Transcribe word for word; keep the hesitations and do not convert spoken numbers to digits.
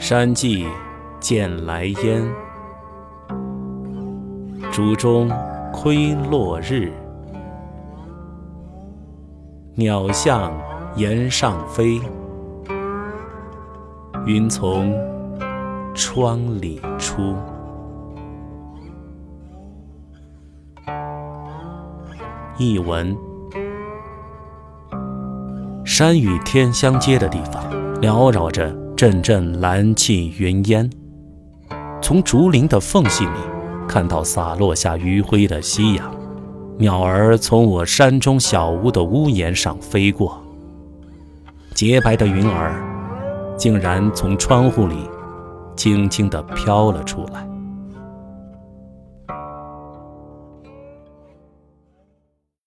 山际见来烟，竹中窥落日。鸟向檐上飞，云从窗里出。译文：山与天相接的地方，缭绕着阵阵蓝气云烟。从竹林的缝隙里，看到洒落下余晖的夕阳。鸟儿从我山中小屋的屋檐上飞过，洁白的云儿竟然从窗户里轻轻地飘了出来。